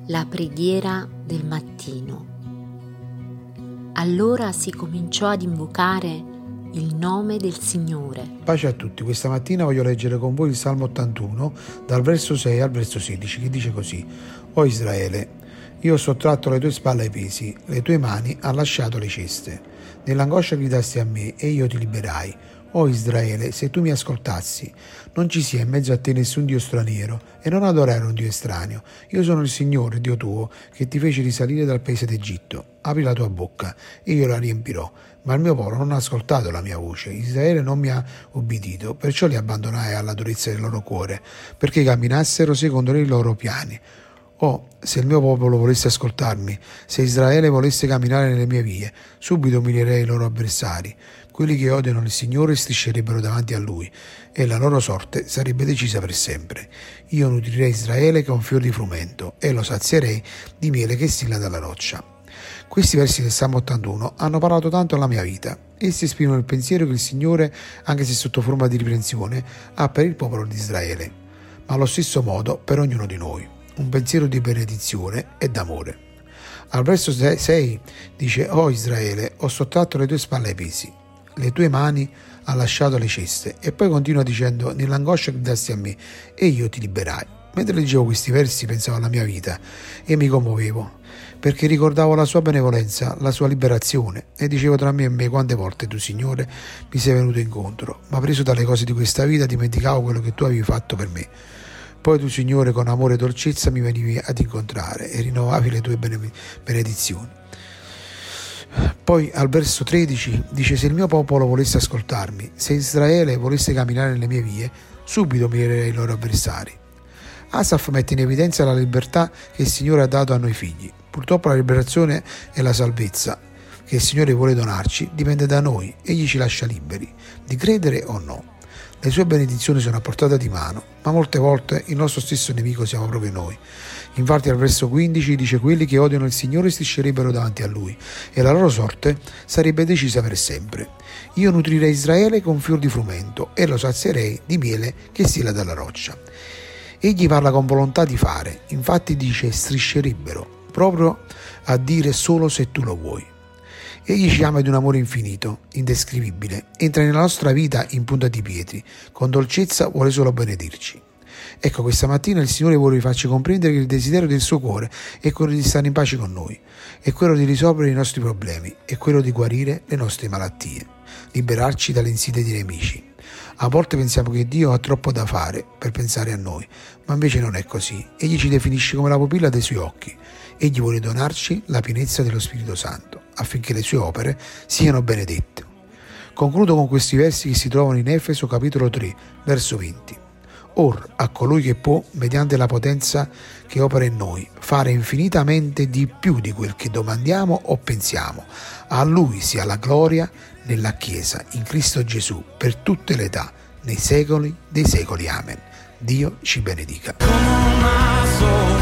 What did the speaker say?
La preghiera del mattino. Allora si cominciò ad invocare il nome del Signore. Pace a tutti, questa mattina voglio leggere con voi il Salmo 81 dal verso 6 al verso 16 che dice così: O Israele, io ho sottratto le tue spalle ai pesi, le tue mani hanno lasciato le ceste. Nell'angoscia gridasti a me e io ti liberai. O Israele, se tu mi ascoltassi, non ci sia in mezzo a te nessun Dio straniero e non adorare un Dio estraneo. Io sono il Signore, Dio tuo, che ti feci risalire dal paese d'Egitto. Apri la tua bocca e io la riempirò. Ma il mio popolo non ha ascoltato la mia voce. Israele non mi ha ubbidito, perciò li abbandonai alla durezza del loro cuore, perché camminassero secondo i loro piani. Oh, se il mio popolo volesse ascoltarmi, se Israele volesse camminare nelle mie vie, subito umilierei i loro avversari. Quelli che odiano il Signore striscerebbero davanti a Lui e la loro sorte sarebbe decisa per sempre. Io nutrirei Israele con fior di frumento e lo sazierei di miele che stilla dalla roccia. Questi versi del Salmo 81 hanno parlato tanto alla mia vita. Essi esprimono il pensiero che il Signore, anche se sotto forma di riprensione, ha per il popolo di Israele, ma allo stesso modo per ognuno di noi. Un pensiero di benedizione e d'amore. Al verso 6 dice: O Israele, ho sottratto le tue spalle ai pesi, le tue mani ha lasciato le ceste. E poi continua dicendo: nell'angoscia gridasti a me e io ti liberai. Mentre leggevo questi versi pensavo alla mia vita e mi commuovevo, perché ricordavo la sua benevolenza, la sua liberazione, e dicevo tra me e me: quante volte tu, Signore, mi sei venuto incontro, ma preso dalle cose di questa vita dimenticavo quello che tu avevi fatto per me. Poi tu, Signore, con amore e dolcezza mi venivi ad incontrare e rinnovavi le tue benedizioni. Poi al verso 13 dice: se il mio popolo volesse ascoltarmi, se Israele volesse camminare nelle mie vie, subito mirerei i loro avversari. Asaf mette in evidenza la libertà che il Signore ha dato a noi figli. Purtroppo la liberazione e la salvezza che il Signore vuole donarci dipende da noi. Egli ci lascia liberi di credere o no. Le sue benedizioni sono a portata di mano, ma molte volte il nostro stesso nemico siamo proprio noi. Infatti al verso 15 dice: quelli che odiano il Signore striscerebbero davanti a Lui e la loro sorte sarebbe decisa per sempre. Io nutrirei Israele con fior di frumento e lo sazierei di miele che stilla dalla roccia. Egli parla con volontà di fare, infatti dice striscerebbero, proprio a dire solo se tu lo vuoi. Egli ci ama di un amore infinito, indescrivibile, entra nella nostra vita in punta di piedi, con dolcezza vuole solo benedirci. Ecco, questa mattina il Signore vuole farci comprendere che il desiderio del suo cuore è quello di stare in pace con noi, è quello di risolvere i nostri problemi, è quello di guarire le nostre malattie, liberarci dalle insidie dei nemici. A volte pensiamo che Dio ha troppo da fare per pensare a noi, ma invece non è così. Egli ci definisce come la pupilla dei suoi occhi. Egli vuole donarci la pienezza dello Spirito Santo, affinché le sue opere siano benedette. Concludo con questi versi che si trovano in Efeso capitolo 3, verso 20. Or, a colui che può, mediante la potenza che opera in noi, fare infinitamente di più di quel che domandiamo o pensiamo, a Lui sia la gloria nella Chiesa, in Cristo Gesù, per tutte le età, nei secoli dei secoli. Amen. Dio ci benedica.